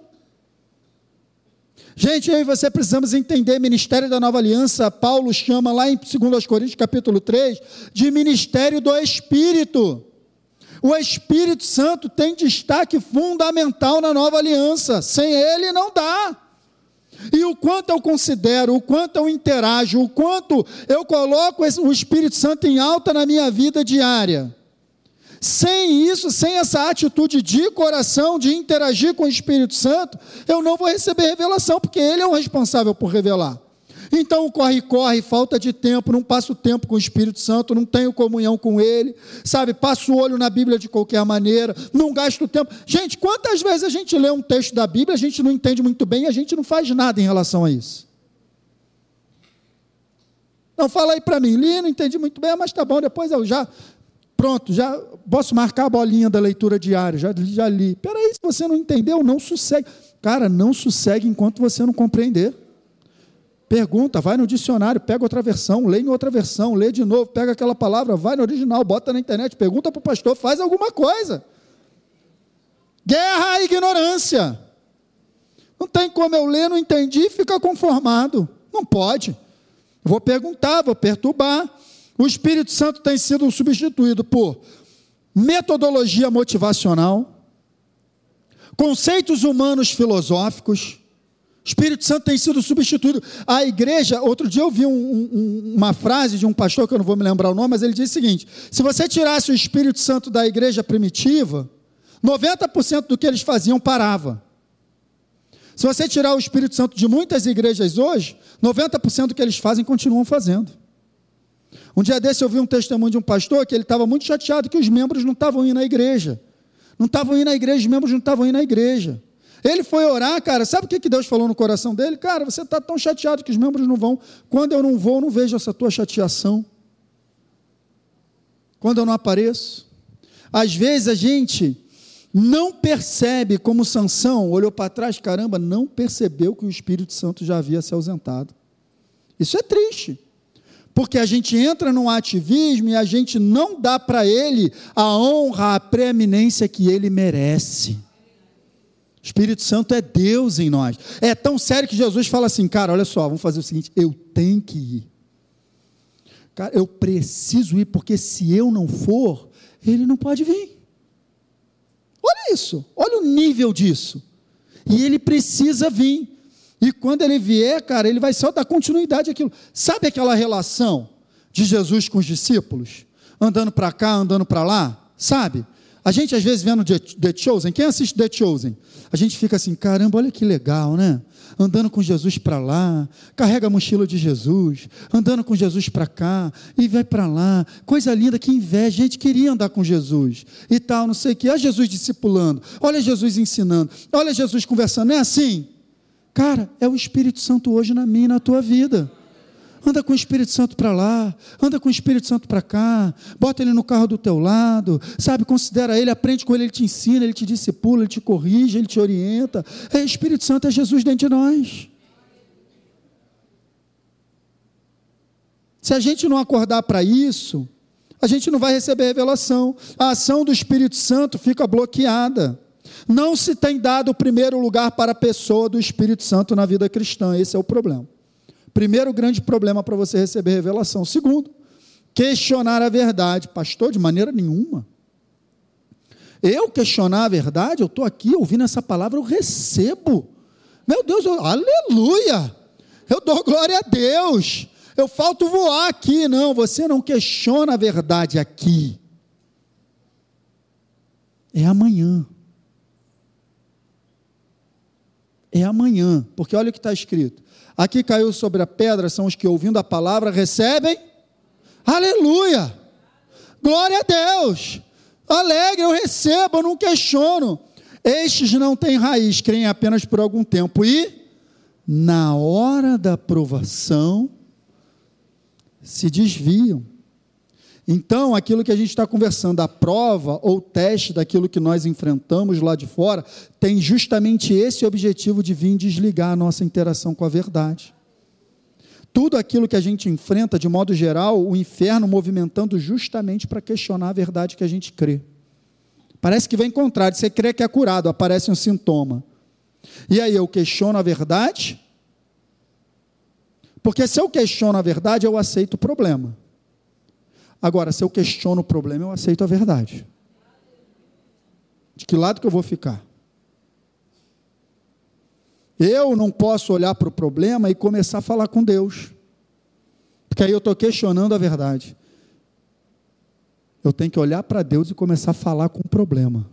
Speaker 1: Gente, eu e você precisamos entender, ministério da Nova Aliança, Paulo chama lá em 2 Coríntios, capítulo 3, de ministério do Espírito. O Espírito Santo tem destaque fundamental na Nova Aliança, sem ele não dá. E o quanto eu considero, o quanto eu interajo, o quanto eu coloco o Espírito Santo em alta na minha vida diária. Sem isso, sem essa atitude de coração, de interagir com o Espírito Santo, eu não vou receber revelação, porque ele é o responsável por revelar. Então, corre, falta de tempo, não passo tempo com o Espírito Santo, não tenho comunhão com ele, sabe, passo o olho na Bíblia de qualquer maneira, não gasto tempo. Gente, quantas vezes a gente lê um texto da Bíblia, a gente não entende muito bem e a gente não faz nada em relação a isso? Não, fala aí para mim, li, não entendi muito bem, mas tá bom, depois eu já posso marcar a bolinha da leitura diária, já li. Peraí, se você não entendeu, não sossegue. Cara, não sossegue enquanto você não compreender. Pergunta, vai no dicionário, pega outra versão, lê em outra versão, lê de novo, pega aquela palavra, vai no original, bota na internet, pergunta para o pastor, faz alguma coisa. Guerra à ignorância. Não tem como eu ler, não entendi e ficar conformado. Não pode. Vou perguntar, vou perturbar. O Espírito Santo tem sido substituído por metodologia motivacional, conceitos humanos filosóficos, Espírito Santo tem sido substituído. A igreja, outro dia eu vi uma frase de um pastor, que eu não vou me lembrar o nome, mas ele disse o seguinte: se você tirasse o Espírito Santo da igreja primitiva, 90% do que eles faziam parava. Se você tirar o Espírito Santo de muitas igrejas hoje, 90% do que eles fazem continuam fazendo. Um dia desse eu vi um testemunho de um pastor que ele estava muito chateado que os membros não estavam indo à igreja. Não estavam indo à igreja, os membros não estavam indo à igreja. Ele foi orar, cara, sabe o que Deus falou no coração dele? Cara, você está tão chateado que os membros não vão. Quando eu não vou, eu não vejo essa tua chateação. Quando eu não apareço. Às vezes a gente não percebe, como Sansão olhou para trás, caramba, não percebeu que o Espírito Santo já havia se ausentado. Isso é triste, porque a gente entra num ativismo e a gente não dá para ele a honra, a preeminência que ele merece. O Espírito Santo é Deus em nós. É tão sério que Jesus fala assim: cara, olha só, vamos fazer o seguinte, eu tenho que ir. Cara, eu preciso ir, porque se eu não for, ele não pode vir. Olha isso, olha o nível disso. E ele precisa vir. E quando ele vier, cara, ele vai só dar continuidade àquilo. Sabe aquela relação de Jesus com os discípulos? Andando para cá, andando para lá? Sabe? A gente às vezes vendo The Chosen, quem assiste The Chosen? A gente fica assim, caramba, olha que legal, né? Andando com Jesus para lá, carrega a mochila de Jesus, andando com Jesus para cá, e vai para lá, coisa linda, que inveja, a gente queria andar com Jesus, e tal, não sei o que, olha Jesus discipulando, olha Jesus ensinando, olha Jesus conversando, não é assim? Cara, é o Espírito Santo hoje na minha e na tua vida. Anda com o Espírito Santo para lá, anda com o Espírito Santo para cá, bota ele no carro do teu lado, sabe, considera ele, aprende com ele, ele te ensina, ele te discipula, ele te corrige, ele te orienta. É, Espírito Santo é Jesus dentro de nós. Se a gente não acordar para isso, a gente não vai receber revelação. A ação do Espírito Santo fica bloqueada. Não se tem dado o primeiro lugar para a pessoa do Espírito Santo na vida cristã, esse é o problema. Primeiro grande problema para você receber revelação. Segundo, questionar a verdade. Pastor, de maneira nenhuma. Eu questionar a verdade, eu estou aqui ouvindo essa palavra, eu recebo. Meu Deus, aleluia! Eu dou glória a Deus. Eu falto voar aqui. Não, você não questiona a verdade aqui. É amanhã. É amanhã, porque olha o que está escrito. Aqui caiu sobre a pedra, são os que ouvindo a palavra recebem, aleluia, glória a Deus, alegre, eu recebo, eu não questiono. Estes não têm raiz, creem apenas por algum tempo, e na hora da provação, se desviam. Então, aquilo que a gente está conversando, a prova ou teste daquilo que nós enfrentamos lá de fora, tem justamente esse objetivo de vir desligar a nossa interação com a verdade. Tudo aquilo que a gente enfrenta, de modo geral, o inferno movimentando justamente para questionar a verdade que a gente crê. Parece que vem contrário, você crê que é curado, aparece um sintoma. E aí, eu questiono a verdade? Porque se eu questiono a verdade, eu aceito o problema. Agora, se eu questiono o problema, eu aceito a verdade. De que lado que eu vou ficar? Eu não posso olhar para o problema e começar a falar com Deus, porque aí eu estou questionando a verdade. Eu tenho que olhar para Deus e começar a falar com o problema.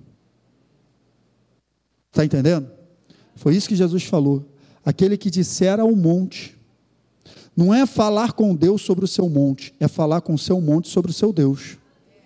Speaker 1: Está entendendo? Foi isso que Jesus falou. Aquele que disser ao monte, não é falar com Deus sobre o seu monte, é falar com o seu monte sobre o seu Deus.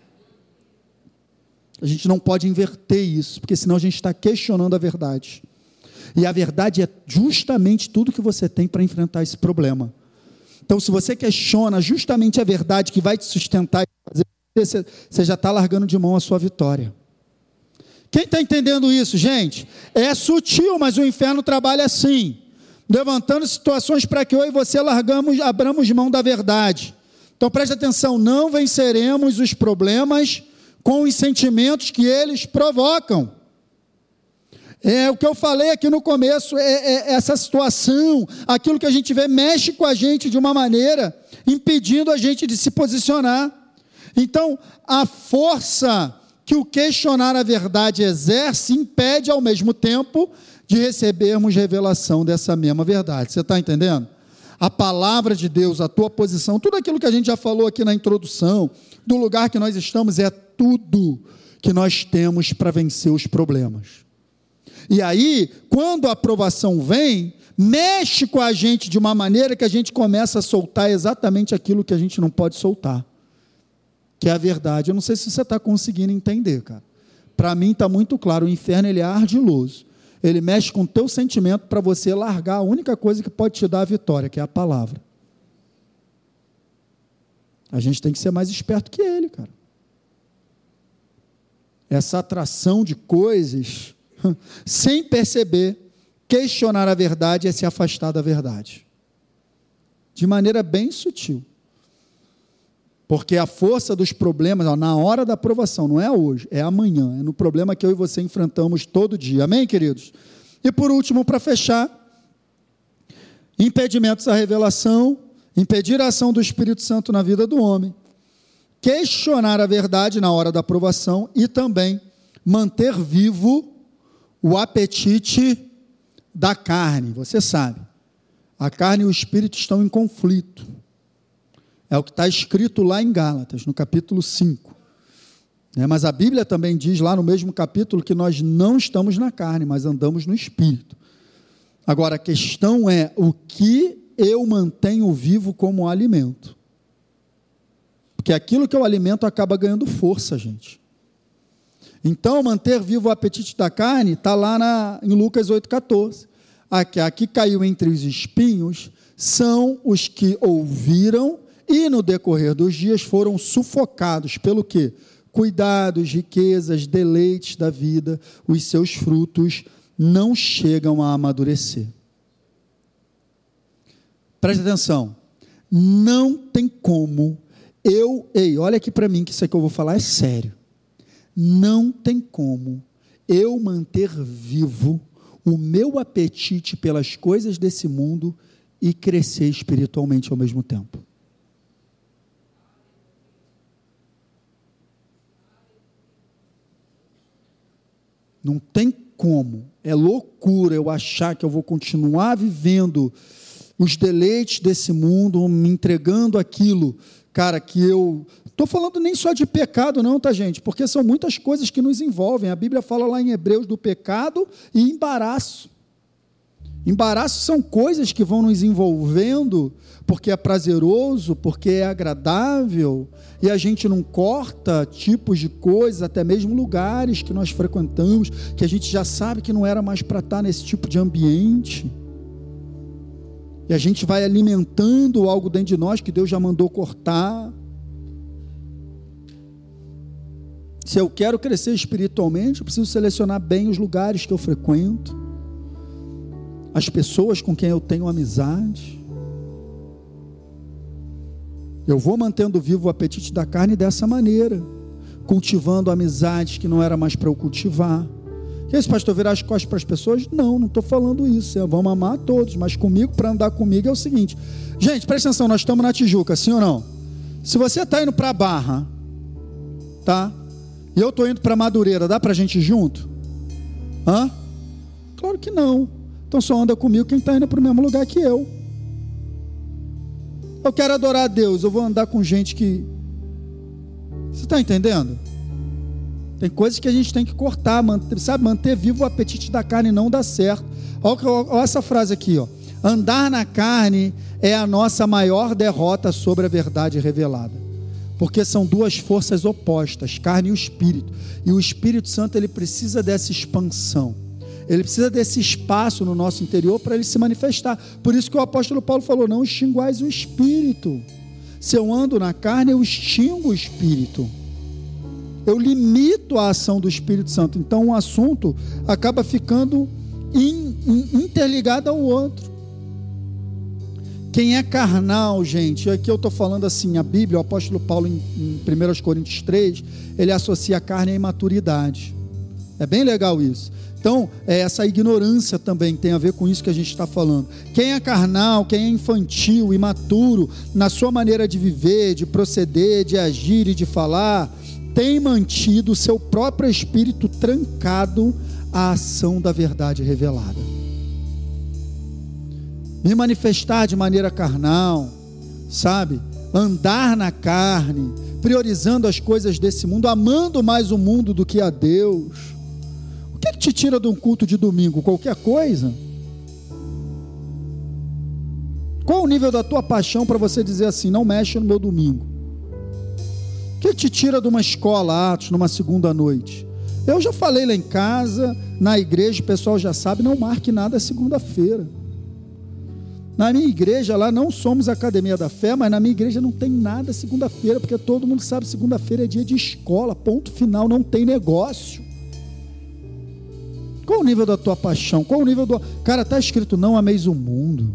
Speaker 1: A gente não pode inverter isso, porque senão a gente está questionando a verdade. E a verdade é justamente tudo que você tem para enfrentar esse problema. Então, se você questiona justamente a verdade que vai te sustentar, você já está largando de mão a sua vitória. Quem está entendendo isso, gente? É sutil, mas o inferno trabalha assim, levantando situações para que eu e você abramos mão da verdade. Então preste atenção, não venceremos os problemas com os sentimentos que eles provocam. É o que eu falei aqui no começo, essa situação, aquilo que a gente vê, mexe com a gente de uma maneira, impedindo a gente de se posicionar. Então, a força que o questionar a verdade exerce impede ao mesmo tempo de recebermos revelação dessa mesma verdade. Você está entendendo? A palavra de Deus, a tua posição, tudo aquilo que a gente já falou aqui na introdução, do lugar que nós estamos, é tudo que nós temos para vencer os problemas. E aí, quando a aprovação vem, mexe com a gente de uma maneira que a gente começa a soltar exatamente aquilo que a gente não pode soltar, que é a verdade. Eu não sei se você está conseguindo entender, cara. Para mim está muito claro, o inferno ele é ardiloso. Ele mexe com o teu sentimento para você largar a única coisa que pode te dar a vitória, que é a palavra. A gente tem que ser mais esperto que ele, cara. Essa atração de coisas, sem perceber, questionar a verdade é se afastar da verdade. De maneira bem sutil. Porque a força dos problemas, na hora da aprovação, não é hoje, é amanhã, é no problema que eu e você enfrentamos todo dia. Amém, queridos? E por último, para fechar, impedimentos à revelação, impedir a ação do Espírito Santo na vida do homem, questionar a verdade na hora da aprovação e também manter vivo o apetite da carne. Você sabe, a carne e o Espírito estão em conflito. É o que está escrito lá em Gálatas, no capítulo 5. Mas a Bíblia também diz lá no mesmo capítulo que nós não estamos na carne, mas andamos no Espírito. Agora, a questão é o que eu mantenho vivo como alimento. Porque aquilo que eu alimento acaba ganhando força, gente. Então, manter vivo o apetite da carne está lá em Lucas 8,14. Aqui caiu entre os espinhos são os que ouviram e no decorrer dos dias foram sufocados pelo quê? Cuidados, riquezas, deleites da vida, os seus frutos não chegam a amadurecer. Preste atenção, não tem como olha aqui para mim que isso aqui que eu vou falar é sério, não tem como eu manter vivo o meu apetite pelas coisas desse mundo e crescer espiritualmente ao mesmo tempo. Não tem como, é loucura eu achar que eu vou continuar vivendo os deleites desse mundo, me entregando aquilo, cara, que eu... Estou falando nem só de pecado não, tá gente? Porque são muitas coisas que nos envolvem. A Bíblia fala lá em Hebreus do pecado e embaraço. Embaraço são coisas que vão nos envolvendo porque é prazeroso, porque é agradável, e a gente não corta tipos de coisas, até mesmo lugares que nós frequentamos, que a gente já sabe que não era mais para estar nesse tipo de ambiente. E a gente vai alimentando algo dentro de nós que Deus já mandou cortar. Se eu quero crescer espiritualmente, eu preciso selecionar bem os lugares que eu frequento, as pessoas com quem eu tenho amizade. Eu vou mantendo vivo o apetite da carne dessa maneira, cultivando amizades que não era mais para eu cultivar. Que esse pastor virar as costas para as pessoas? Não estou falando isso. Vamos amar a todos, mas comigo, para andar comigo é o seguinte. Gente, presta atenção, nós estamos na Tijuca, sim ou não? Se você está indo para a Barra, tá? E eu estou indo para Madureira, dá para a gente ir junto? Hã? Claro que não. Então só anda comigo quem está indo para o mesmo lugar que eu. Eu quero adorar a Deus, eu vou andar com gente que... Você está entendendo? Tem coisas que a gente tem que cortar, manter vivo o apetite da carne não dá certo. Olha essa frase aqui, ó. Andar na carne é a nossa maior derrota sobre a verdade revelada. Porque são duas forças opostas, carne e o Espírito. E o Espírito Santo, ele precisa dessa expansão. Ele precisa desse espaço no nosso interior para ele se manifestar. Por isso que o apóstolo Paulo falou, não extinguais o Espírito. Se eu ando na carne, eu extingo o Espírito. Eu limito a ação do Espírito Santo. Então um assunto acaba ficando interligado ao outro. Quem é carnal, gente, aqui eu estou falando assim, a Bíblia, o apóstolo Paulo em 1 Coríntios 3, ele associa a carne à imaturidade. É bem legal isso. Então, essa ignorância também tem a ver com isso que a gente está falando. Quem é carnal, quem é infantil, imaturo, na sua maneira de viver, de proceder, de agir e de falar, tem mantido o seu próprio espírito trancado à ação da verdade revelada. Me manifestar de maneira carnal, sabe? Andar na carne, priorizando as coisas desse mundo, amando mais o mundo do que a Deus. O que te tira de um culto de domingo? Qualquer coisa? Qual o nível da tua paixão para você dizer assim, não mexe no meu domingo? O que te tira de uma escola, Atos, numa segunda noite? Eu já falei lá em casa, na igreja, o pessoal já sabe, não marque nada segunda-feira. Na minha igreja lá não somos Academia da Fé, mas na minha igreja não tem nada segunda-feira, porque todo mundo sabe que segunda-feira é dia de escola, ponto final, não tem negócio. Qual o nível da tua paixão? Qual o nível do... Cara, está escrito, não ameis o mundo,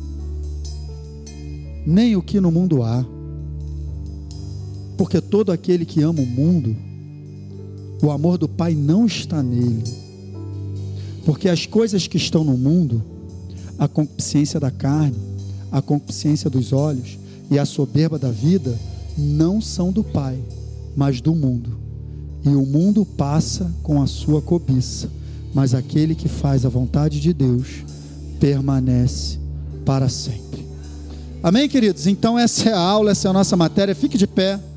Speaker 1: nem o que no mundo há, porque todo aquele que ama o mundo, o amor do Pai não está nele, porque as coisas que estão no mundo, a concupiscência da carne, a concupiscência dos olhos e a soberba da vida não são do Pai, mas do mundo. E o mundo passa com a sua cobiça, mas aquele que faz a vontade de Deus permanece para sempre. Amém, queridos? Então essa é a aula, essa é a nossa matéria. Fique de pé.